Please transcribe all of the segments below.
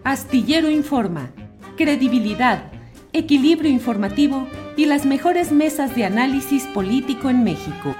Astillero Informa, credibilidad, equilibrio informativo y las mejores mesas de análisis político en México.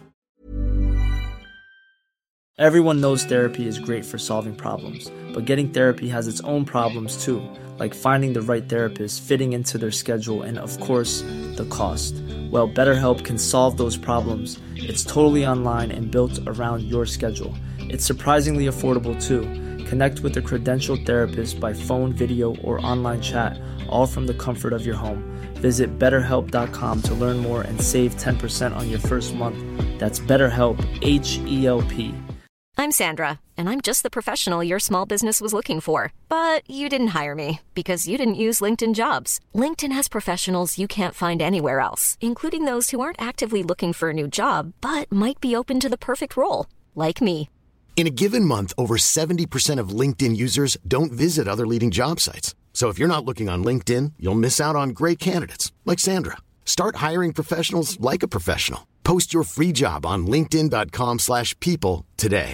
Everyone knows therapy is great for solving problems, but getting therapy has its own problems too, like finding the right therapist, fitting into their schedule, and of course, the cost. Well, BetterHelp can solve those problems. It's totally online and built around your schedule. It's surprisingly affordable too. Connect with a credentialed therapist by phone, video, or online chat, all from the comfort of your home. Visit BetterHelp.com to learn more and save 10% on your first month. That's BetterHelp, H-E-L-P. I'm Sandra, and I'm just the professional your small business was looking for. But you didn't hire me because you didn't use LinkedIn Jobs. LinkedIn has professionals you can't find anywhere else, including those who aren't actively looking for a new job, but might be open to the perfect role, like me. In a given month, over 70% of LinkedIn users don't visit other leading job sites. So if you're not looking on LinkedIn, you'll miss out on great candidates like Sandra. Start hiring professionals like a professional. Post your free job on linkedin.com/people today.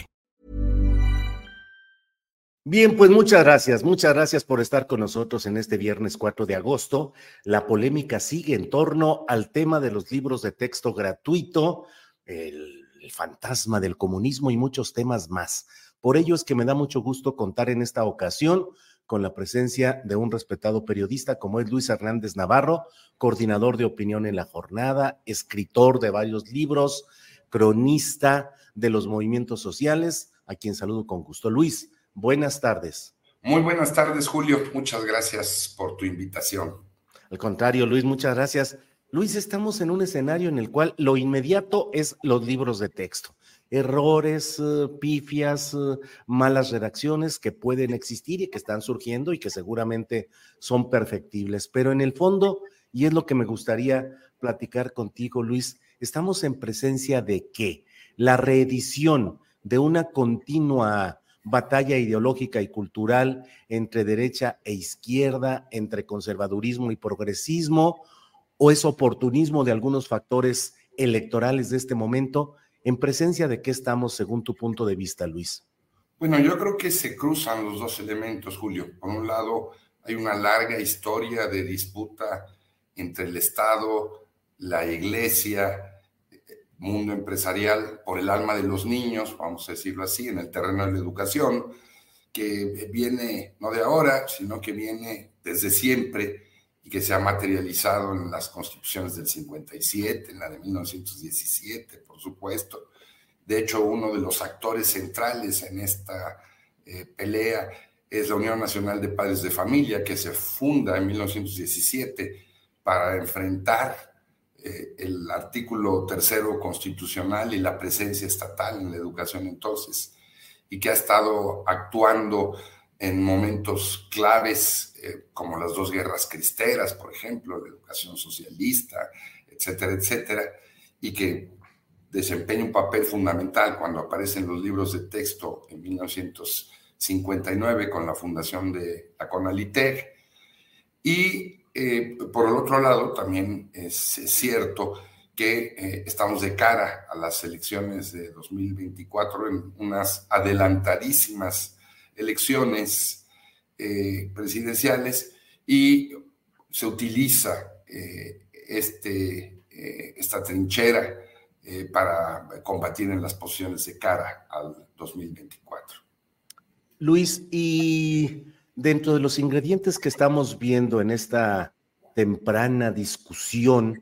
Bien, pues muchas gracias por estar con nosotros en este viernes 4 de agosto. La polémica sigue en torno al tema de los libros de texto gratuito, el fantasma del comunismo y muchos temas más. Por ello es que me da mucho gusto contar en esta ocasión con la presencia de un respetado periodista como es Luis Hernández Navarro, coordinador de opinión en La Jornada, escritor de varios libros, cronista de los movimientos sociales, a quien saludo con gusto. Luis, buenas tardes. Muy buenas tardes, Julio. Muchas gracias por tu invitación. Al contrario, Luis, muchas gracias. Luis, estamos en un escenario en el cual lo inmediato es los libros de texto. Errores, pifias, malas redacciones que pueden existir y que están surgiendo y que seguramente son perfectibles. Pero en el fondo, y es lo que me gustaría platicar contigo, Luis, estamos en presencia de ¿qué? La reedición de una continua batalla ideológica y cultural entre derecha e izquierda, entre conservadurismo y progresismo, o es oportunismo de algunos factores electorales de este momento. ¿En presencia de qué estamos según tu punto de vista, Luis? Bueno, yo creo que se cruzan los dos elementos, Julio. Por un lado, hay una larga historia de disputa entre el Estado, la Iglesia, mundo empresarial, por el alma de los niños, vamos a decirlo así, en el terreno de la educación, que viene no de ahora, sino que viene desde siempre y que se ha materializado en las constituciones del 57, en la de 1917, por supuesto. De hecho, uno de los actores centrales en esta pelea es la Unión Nacional de Padres de Familia, que se funda en 1917 para enfrentar el artículo 3º constitucional y la presencia estatal en la educación entonces, y que ha estado actuando en momentos claves como las dos guerras cristeras, por ejemplo, la educación socialista, etcétera, etcétera, y que desempeña un papel fundamental cuando aparecen los libros de texto en 1959 con la fundación de la CONALITEG. Y por el otro lado, también es cierto que estamos de cara a las elecciones de 2024 en unas adelantadísimas elecciones presidenciales y se utiliza esta trinchera para combatir en las posiciones de cara al 2024. Luis, y dentro de los ingredientes que estamos viendo en esta temprana discusión,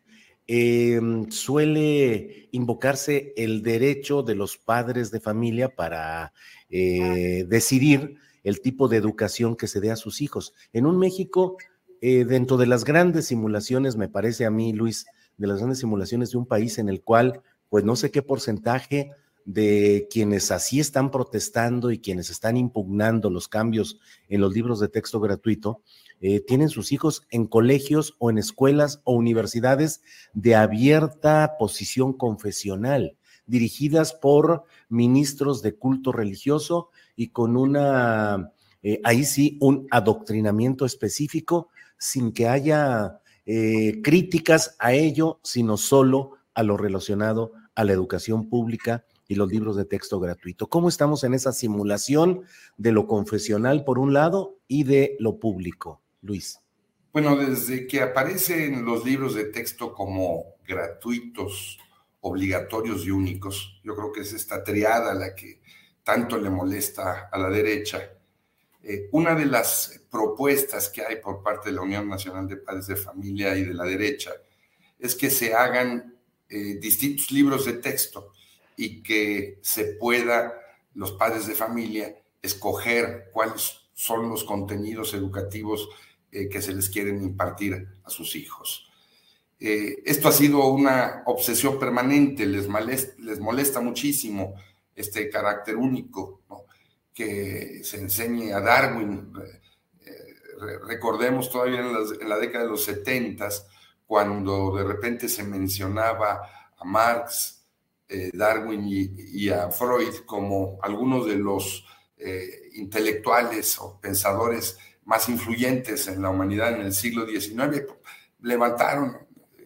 suele invocarse el derecho de los padres de familia para decidir el tipo de educación que se dé a sus hijos. En un México, dentro de las grandes simulaciones, me parece a mí, Luis, de las grandes simulaciones de un país en el cual, pues no sé qué porcentaje de quienes así están protestando y quienes están impugnando los cambios en los libros de texto gratuito, tienen sus hijos en colegios o en escuelas o universidades de abierta posición confesional, dirigidas por ministros de culto religioso y con ahí sí, un adoctrinamiento específico sin que haya críticas a ello, sino solo a lo relacionado a la educación pública y los libros de texto gratuito. ¿Cómo estamos en esa simulación de lo confesional por un lado y de lo público, Luis? Bueno, desde que aparecen los libros de texto como gratuitos, obligatorios y únicos, yo creo que es esta triada la que tanto le molesta a la derecha. Una de las propuestas que hay por parte de la Unión Nacional de Padres de Familia y de la derecha es que se hagan distintos libros de texto y que se pueda, los padres de familia, escoger cuáles son los contenidos educativos que se les quieren impartir a sus hijos. Esto ha sido una obsesión permanente, les molesta muchísimo este carácter único, ¿no? Que se enseñe a Darwin. Recordemos todavía en la década de los 70s, cuando de repente se mencionaba a Marx, Darwin y a Freud como algunos de los intelectuales o pensadores más influyentes en la humanidad en el siglo XIX, levantaron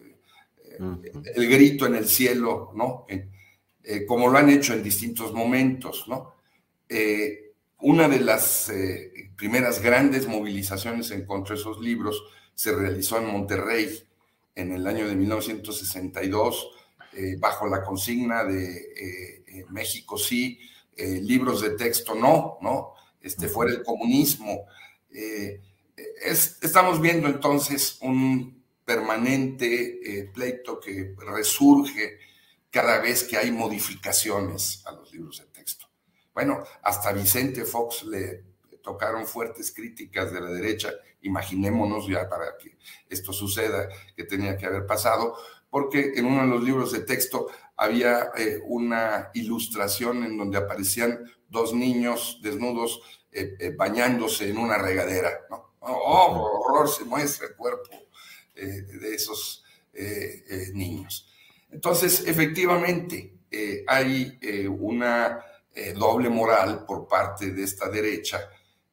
el grito en el cielo, ¿no? Como lo han hecho en distintos momentos, ¿no? Una de las primeras grandes movilizaciones en contra de esos libros se realizó en Monterrey en el año de 1962, bajo la consigna de México sí, libros de texto no, ¿no? Fuera el comunismo. Estamos viendo entonces un permanente pleito que resurge cada vez que hay modificaciones a los libros de texto. Bueno, hasta Vicente Fox le tocaron fuertes críticas de la derecha, imaginémonos ya para que esto suceda, que tenía que haber pasado, porque en uno de los libros de texto había una ilustración en donde aparecían dos niños desnudos bañándose en una regadera, ¿no? ¡Oh, horror! Se muestra el cuerpo de esos niños. Entonces, efectivamente, hay una doble moral por parte de esta derecha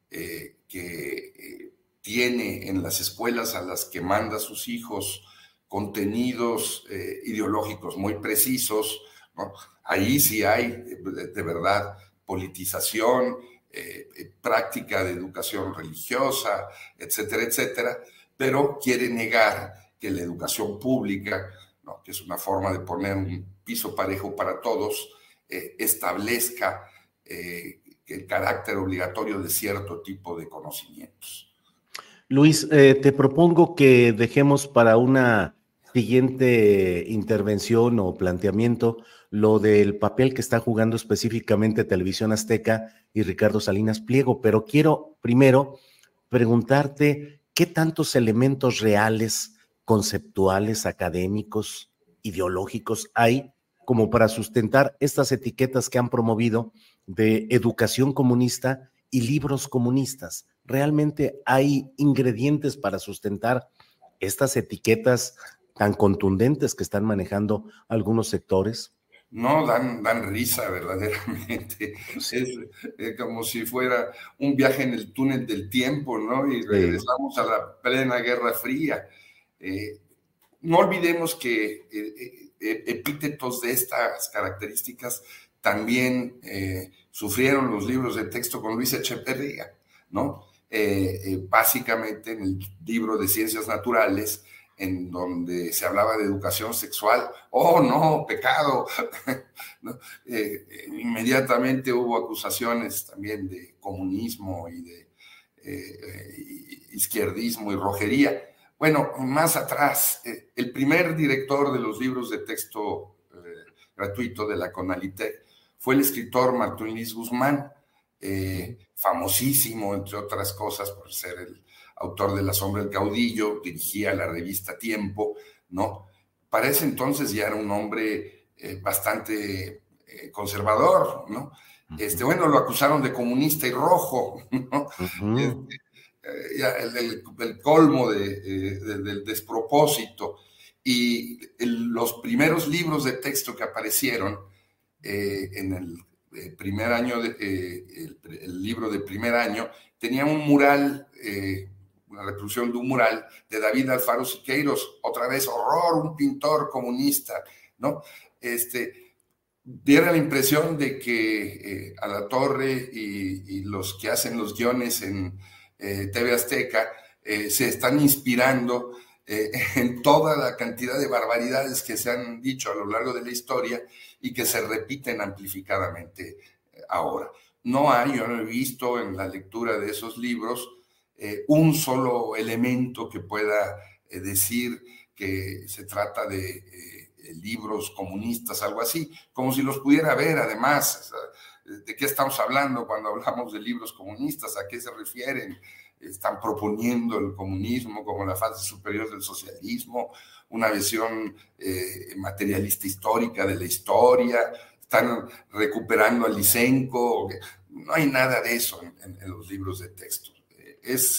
que tiene en las escuelas a las que manda a sus hijos contenidos ideológicos muy precisos, ¿no? Ahí sí hay de verdad politización, práctica de educación religiosa, etcétera, etcétera, pero quiere negar que la educación pública, ¿no?, que es una forma de poner un piso parejo para todos, establezca el carácter obligatorio de cierto tipo de conocimientos. Luis, te propongo que dejemos para una siguiente intervención o planteamiento lo del papel que está jugando específicamente Televisión Azteca y Ricardo Salinas Pliego, pero quiero primero preguntarte qué tantos elementos reales, conceptuales, académicos, ideológicos hay como para sustentar estas etiquetas que han promovido de educación comunista y libros comunistas. ¿Realmente hay ingredientes para sustentar estas etiquetas tan contundentes que están manejando algunos sectores? No, dan risa verdaderamente. Sí. Es como si fuera un viaje en el túnel del tiempo, ¿no? Y regresamos a la plena Guerra Fría. No olvidemos que epítetos de estas características también sufrieron los libros de texto con Luis Echeverría, ¿no? Básicamente en el libro de Ciencias Naturales, en donde se hablaba de educación sexual, ¡oh no, pecado! ¿No? Inmediatamente hubo acusaciones también de comunismo y de izquierdismo y rojería. Bueno, más atrás, el primer director de los libros de texto gratuito de la CONALITEC fue el escritor Martín Luis Guzmán, famosísimo, entre otras cosas, por ser el autor de La sombra del caudillo, dirigía la revista Tiempo, ¿no? Para ese entonces ya era un hombre bastante conservador, ¿no? Bueno, lo acusaron de comunista y rojo, ¿no? El colmo del despropósito. Y los primeros libros de texto que aparecieron en el primer año, el libro de primer año, tenía un mural, una reproducción de un mural de David Alfaro Siqueiros, otra vez horror, un pintor comunista, ¿no? diera la impresión de que Alatorre y los que hacen los guiones en TV Azteca se están inspirando en toda la cantidad de barbaridades que se han dicho a lo largo de la historia y que se repiten amplificadamente ahora. Yo no he visto en la lectura de esos libros un solo elemento que pueda decir que se trata de libros comunistas, algo así, como si los pudiera ver. Además, ¿de qué estamos hablando cuando hablamos de libros comunistas? ¿A qué se refieren? Están proponiendo el comunismo como la fase superior del socialismo, una visión materialista histórica de la historia, están recuperando a Lysenko. No hay nada de eso en los libros de texto. Es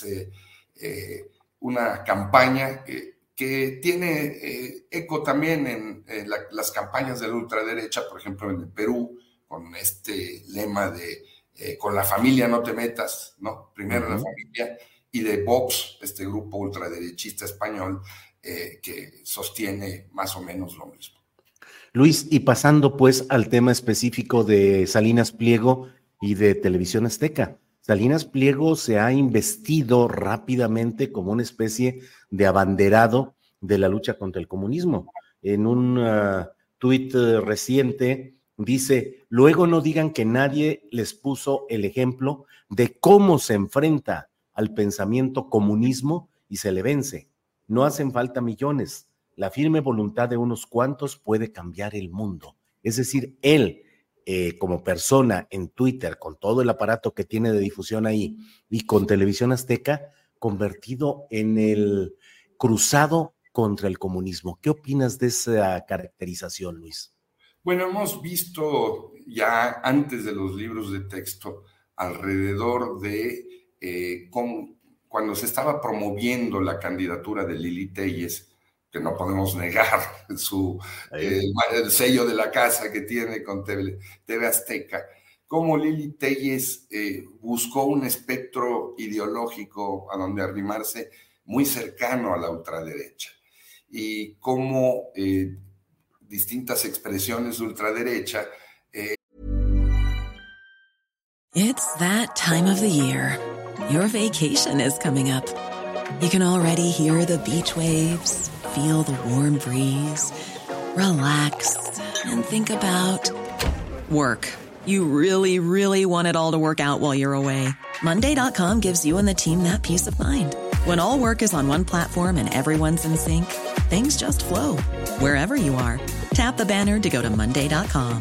una campaña que tiene eco también en las campañas de la ultraderecha, por ejemplo en el Perú, con este lema de con la familia no te metas, ¿no? Primero la familia, y de Vox, este grupo ultraderechista español que sostiene más o menos lo mismo. Luis, y pasando pues al tema específico de Salinas Pliego y de Televisión Azteca. Salinas Pliego se ha investido rápidamente como una especie de abanderado de la lucha contra el comunismo. En un tuit reciente dice: luego no digan que nadie les puso el ejemplo de cómo se enfrenta al pensamiento comunismo y se le vence. No hacen falta millones. La firme voluntad de unos cuantos puede cambiar el mundo. Es decir, él, como persona en Twitter, con todo el aparato que tiene de difusión ahí, y con Televisión Azteca, convertido en el cruzado contra el comunismo. ¿Qué opinas de esa caracterización, Luis? Bueno, hemos visto ya antes de los libros de texto alrededor de cuando se estaba promoviendo la candidatura de Lili Téllez, que no podemos negar el sello de la casa que tiene con TV Azteca, cómo Lili Téllez buscó un espectro ideológico a donde arrimarse muy cercano a la ultraderecha, y cómo distintas expresiones de ultraderecha. It's that time of the year. Your vacation is coming up. You can already hear the beach waves, feel the warm breeze, relax, and think about work. You really, really want it all to work out while you're away. Monday.com gives you and the team that peace of mind. When all work is on one platform and everyone's in sync, things just flow. Wherever you are, tap the banner to go to Monday.com.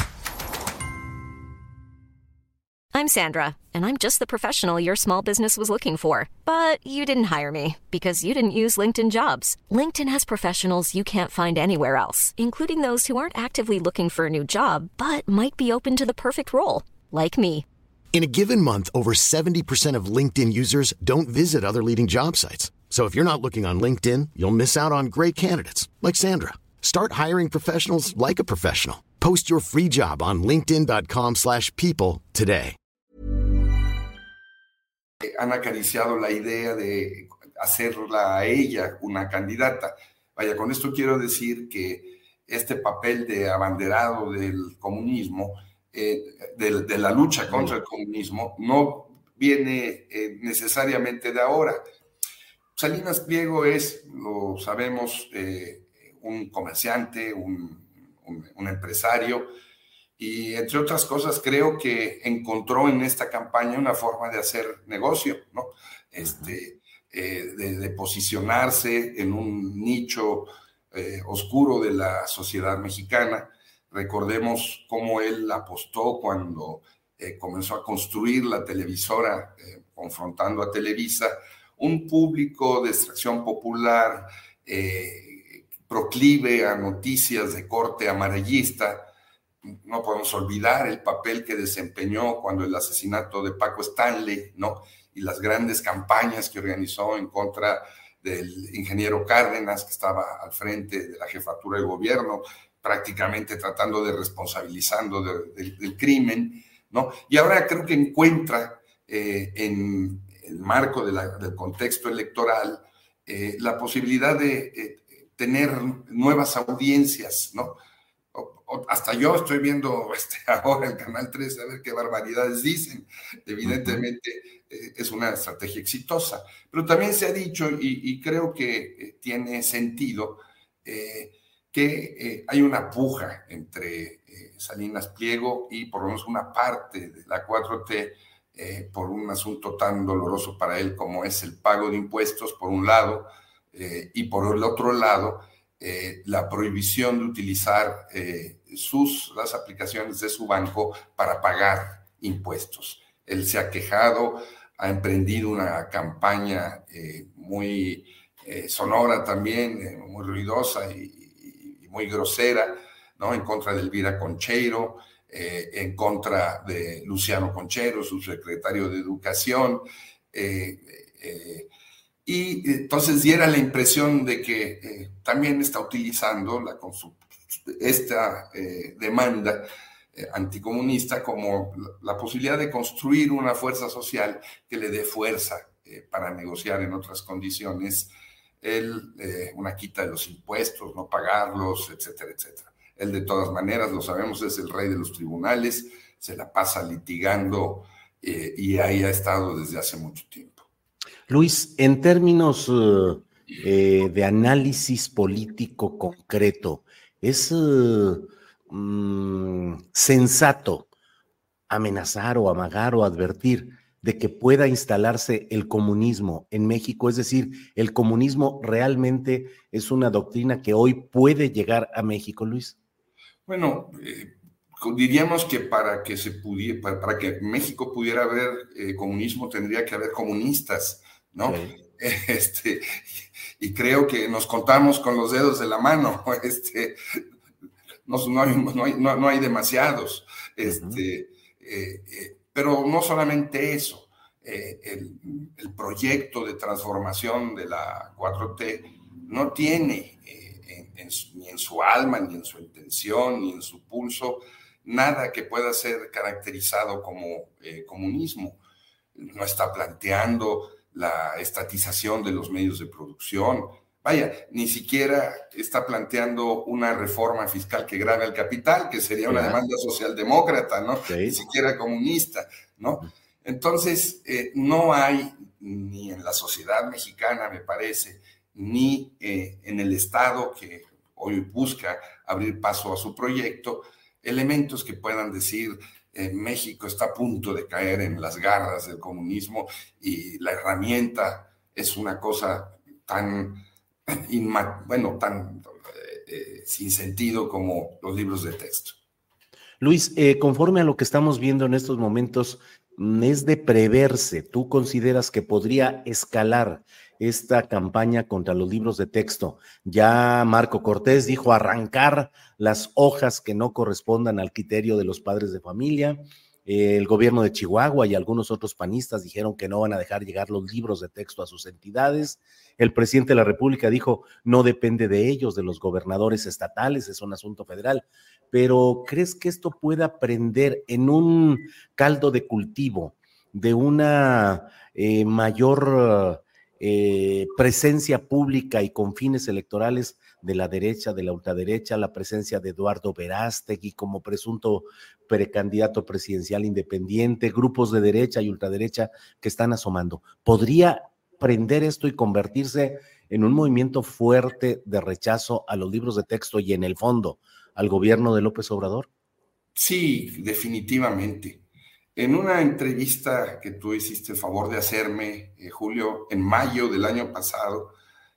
I'm Sandra, and I'm just the professional your small business was looking for. But you didn't hire me because you didn't use LinkedIn Jobs. LinkedIn has professionals you can't find anywhere else, including those who aren't actively looking for a new job, but might be open to the perfect role, like me. In a given month, over 70% of LinkedIn users don't visit other leading job sites. So if you're not looking on LinkedIn, you'll miss out on great candidates like Sandra. Start hiring professionals like a professional. Post your free job on linkedin.com/people today. Han acariciado la idea de hacerla a ella una candidata. Vaya, con esto quiero decir que este papel de abanderado del comunismo, de la lucha contra el comunismo, no viene necesariamente de ahora. Salinas Pliego es, lo sabemos, un comerciante, un empresario, y entre otras cosas creo que encontró en esta campaña una forma de hacer negocio, ¿no? De posicionarse en un nicho oscuro de la sociedad mexicana. Recordemos cómo él apostó cuando comenzó a construir la televisora, confrontando a Televisa, un público de extracción popular, proclive a noticias de corte amarillista. No podemos olvidar el papel que desempeñó cuando el asesinato de Paco Stanley, ¿no? Y las grandes campañas que organizó en contra del ingeniero Cárdenas, que estaba al frente de la jefatura de gobierno, prácticamente tratando de responsabilizando del crimen, ¿no? Y ahora creo que encuentra en el marco del contexto electoral la posibilidad de tener nuevas audiencias, ¿no? hasta yo estoy viendo ahora el Canal 13 a ver qué barbaridades dicen. Evidentemente es una estrategia exitosa, pero también se ha dicho, y creo que tiene sentido, que hay una puja entre Salinas Pliego y por lo menos una parte de la 4T por un asunto tan doloroso para él como es el pago de impuestos, por un lado, y por el otro lado, la prohibición de utilizar las aplicaciones de su banco para pagar impuestos. Él se ha quejado, ha emprendido una campaña muy sonora también, muy ruidosa y muy grosera, ¿no? En contra de Elvira Concheiro, en contra de Luciano Conchero, su secretario de Educación, y entonces diera la impresión de que también está utilizando esta demanda anticomunista como la posibilidad de construir una fuerza social que le dé fuerza para negociar en otras condiciones una quita de los impuestos, no pagarlos, etcétera, etcétera. Él de todas maneras, lo sabemos, es el rey de los tribunales, se la pasa litigando y ahí ha estado desde hace mucho tiempo. Luis, en términos de análisis político concreto, ¿es sensato amenazar o amagar o advertir de que pueda instalarse el comunismo en México? Es decir, ¿el comunismo realmente es una doctrina que hoy puede llegar a México, Luis? Bueno, diríamos que para que México pudiera haber comunismo tendría que haber comunistas, ¿no? Sí. Y creo que nos contamos con los dedos de la mano, no hay demasiados, pero no solamente eso, el proyecto de transformación de la 4T no tiene ni en su alma, ni en su intención, ni en su pulso, nada que pueda ser caracterizado como comunismo. No está planteando la estatización de los medios de producción. Vaya, ni siquiera está planteando una reforma fiscal que grave al capital, que sería una demanda socialdemócrata, ¿no? Sí. Ni siquiera comunista, ¿no? Entonces, no hay, ni en la sociedad mexicana, me parece, ni en el Estado que hoy busca abrir paso a su proyecto, elementos que puedan decir México está a punto de caer en las garras del comunismo y la herramienta es una cosa tan sin sentido como los libros de texto. Luis, conforme a lo que estamos viendo en estos momentos, es de preverse. ¿Tú consideras que podría escalar esta campaña contra los libros de texto? Ya Marco Cortés dijo arrancar las hojas que no correspondan al criterio de los padres de familia. El gobierno de Chihuahua y algunos otros panistas dijeron que no van a dejar llegar los libros de texto a sus entidades. El presidente de la República dijo no depende de ellos, de los gobernadores estatales, es un asunto federal. Pero ¿crees que esto pueda prender en un caldo de cultivo de una mayor presencia pública y con fines electorales de la derecha, de la ultraderecha, la presencia de Eduardo Verástegui como presunto precandidato presidencial independiente, grupos de derecha y ultraderecha que están asomando? ¿Podría prender esto y convertirse en un movimiento fuerte de rechazo a los libros de texto y en el fondo al gobierno de López Obrador? Sí, definitivamente. En una entrevista que tú hiciste el favor de hacerme, Julio, en mayo del año pasado,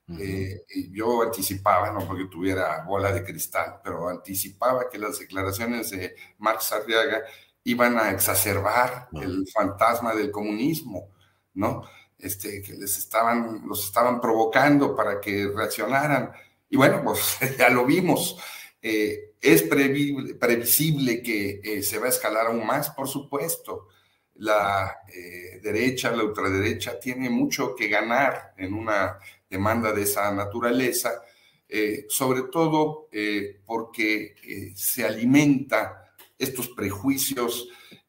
yo anticipaba, no porque tuviera bola de cristal, pero anticipaba que las declaraciones de Marx Arriaga iban a exacerbar el fantasma del comunismo, ¿no? Que los estaban provocando para que reaccionaran. Y bueno, pues ya lo vimos. Es previsible que se va a escalar aún más, por supuesto. La derecha, la ultraderecha tiene mucho que ganar en una demanda de esa naturaleza, sobre todo porque se alimenta estos prejuicios,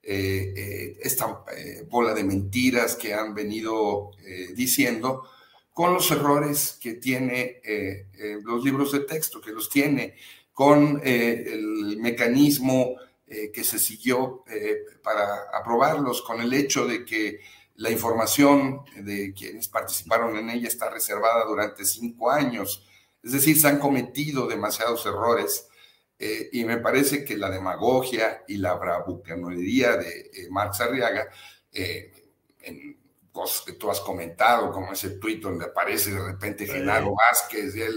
esta bola de mentiras que han venido diciendo, con los errores que tiene los libros de texto, que los tiene. con el mecanismo que se siguió para aprobarlos, con el hecho de que la información de quienes participaron en ella está reservada durante 5 años. Es decir, se han cometido demasiados errores y me parece que la demagogia y la bravuconería de Marx Arriaga, en cosas que tú has comentado, como ese tuit donde aparece de repente Genaro Vázquez, y él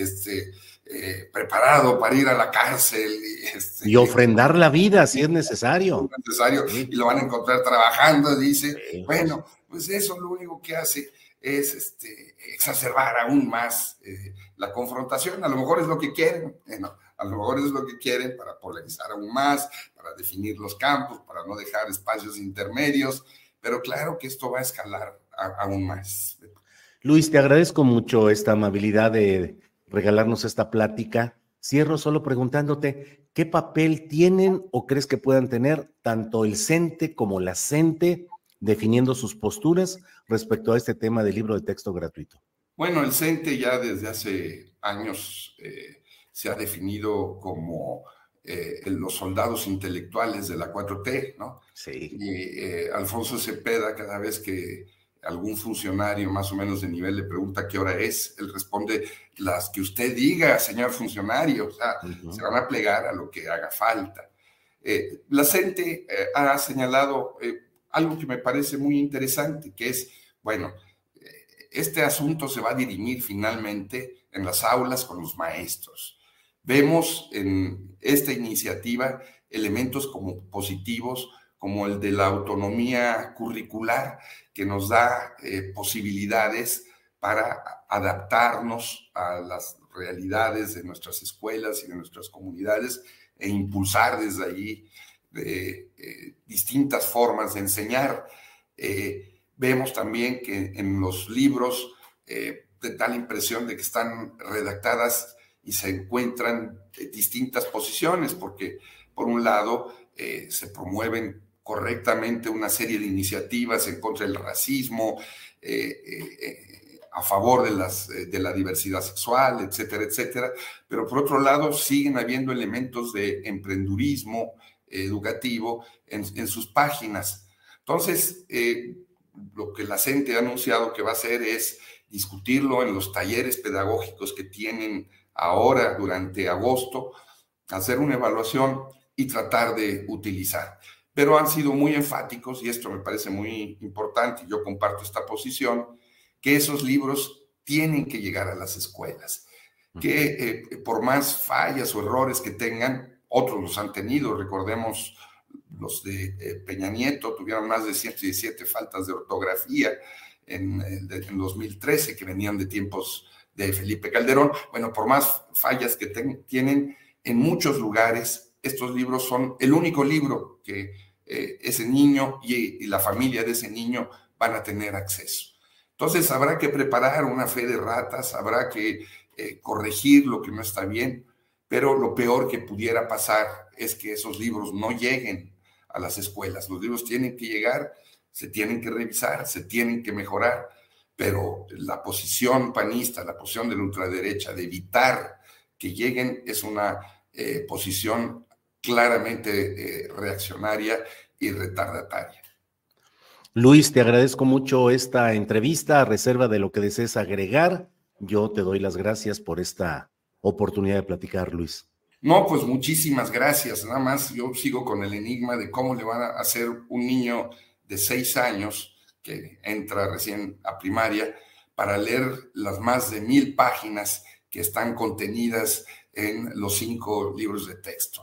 preparado para ir a la cárcel. Y ofrendar la vida si es necesario. Sí. Y lo van a encontrar trabajando, dice. Sí. Bueno, pues eso lo único que hace es exacerbar aún más la confrontación. A lo mejor es lo que quieren, a lo mejor es lo que quieren para polarizar aún más, para definir los campos, para no dejar espacios intermedios, pero claro que esto va a escalar aún más. Luis, te agradezco mucho esta amabilidad de regalarnos esta plática. Cierro solo preguntándote, ¿qué papel tienen o crees que puedan tener tanto el CENTE como la CENTE definiendo sus posturas respecto a este tema del libro de texto gratuito? Bueno, el CENTE ya desde hace años se ha definido como los soldados intelectuales de la 4T, ¿no? Sí. Y Alfonso Cepeda, cada vez que algún funcionario más o menos de nivel le pregunta qué hora es, él responde, las que usted diga, señor funcionario, o sea, se van a plegar a lo que haga falta. La CENTE ha señalado algo que me parece muy interesante, que es, bueno, este asunto se va a dirimir finalmente en las aulas con los maestros. Vemos en esta iniciativa elementos como positivos, como el de la autonomía curricular, que nos da posibilidades para adaptarnos a las realidades de nuestras escuelas y de nuestras comunidades e impulsar desde allí distintas formas de enseñar. Vemos también que en los libros da la impresión de que están redactadas y se encuentran distintas posiciones, porque por un lado se promueven correctamente una serie de iniciativas en contra del racismo, a favor de la diversidad sexual, etcétera, etcétera, pero por otro lado siguen habiendo elementos de emprendurismo educativo en sus páginas. Entonces, lo que la CENTE ha anunciado que va a hacer es discutirlo en los talleres pedagógicos que tienen ahora durante agosto, hacer una evaluación y tratar de utilizar. Pero han sido muy enfáticos, y esto me parece muy importante, yo comparto esta posición, que esos libros tienen que llegar a las escuelas, que por más fallas o errores que tengan, otros los han tenido, recordemos los de Peña Nieto, tuvieron más de 117 faltas de ortografía en 2013, que venían de tiempos de Felipe Calderón. Bueno, por más fallas que tienen, en muchos lugares estos libros son el único libro que ese niño y la familia de ese niño van a tener acceso. Entonces habrá que preparar una fe de ratas, habrá que corregir lo que no está bien, pero lo peor que pudiera pasar es que esos libros no lleguen a las escuelas. Los libros tienen que llegar, se tienen que revisar, se tienen que mejorar, pero la posición panista, la posición de la ultraderecha de evitar que lleguen es una posición claramente reaccionaria y retardataria. Luis, te agradezco mucho esta entrevista. A reserva de lo que desees agregar, yo te doy las gracias por esta oportunidad de platicar, Luis. No, pues muchísimas gracias. Nada más yo sigo con el enigma de cómo le van a hacer un niño de 6 años que entra recién a primaria para leer las más de 1000 páginas que están contenidas en los 5 libros de texto.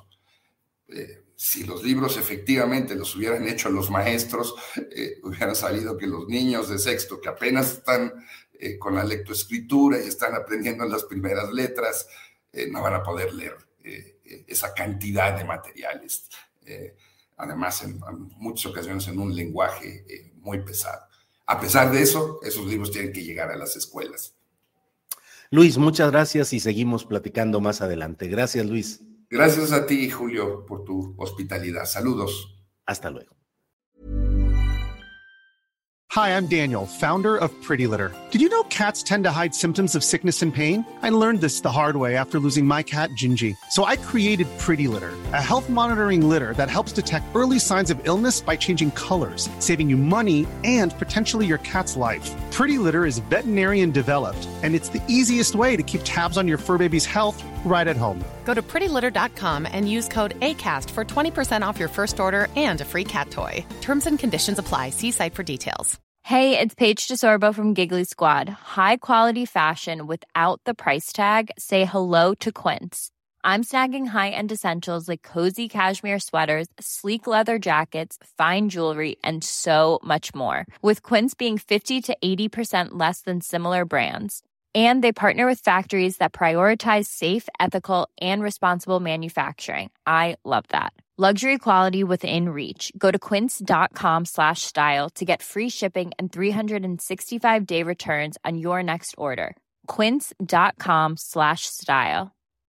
Si los libros efectivamente los hubieran hecho los maestros, hubieran sabido que los niños de sexto que apenas están con la lectoescritura y están aprendiendo las primeras letras, no van a poder leer esa cantidad de materiales. Además, en muchas ocasiones en un lenguaje muy pesado. A pesar de eso, esos libros tienen que llegar a las escuelas. Luis, muchas gracias y seguimos platicando más adelante. Gracias, Luis. Gracias a ti, Julio, por tu hospitalidad. Saludos. Hasta luego. Hi, I'm Daniel, founder of Pretty Litter. Did you know cats tend to hide symptoms of sickness and pain? I learned this the hard way after losing my cat, Gingy. So I created Pretty Litter, a health monitoring litter that helps detect early signs of illness by changing colors, saving you money and potentially your cat's life. Pretty Litter is veterinarian developed, and it's the easiest way to keep tabs on your fur baby's health right at home. Go to prettylitter.com and use code ACAST for 20% off your first order and a free cat toy. Terms and conditions apply. See site for details. Hey, it's Paige DeSorbo from Giggly Squad. High quality fashion without the price tag. Say hello to Quince. I'm snagging high-end essentials like cozy cashmere sweaters, sleek leather jackets, fine jewelry, and so much more. With Quince being 50 to 80% less than similar brands. And they partner with factories that prioritize safe, ethical, and responsible manufacturing. I love that. Luxury quality within reach. Go to quince.com/style to get free shipping and 365-day returns on your next order. Quince.com/style.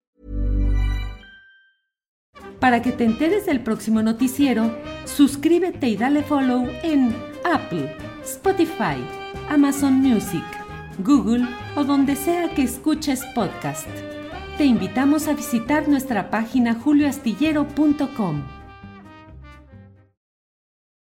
Para que te enteres del próximo noticiero, suscríbete y dale follow en Apple, Spotify, Amazon Music, Google o donde sea que escuches podcast. Te invitamos a visitar nuestra página julioastillero.com.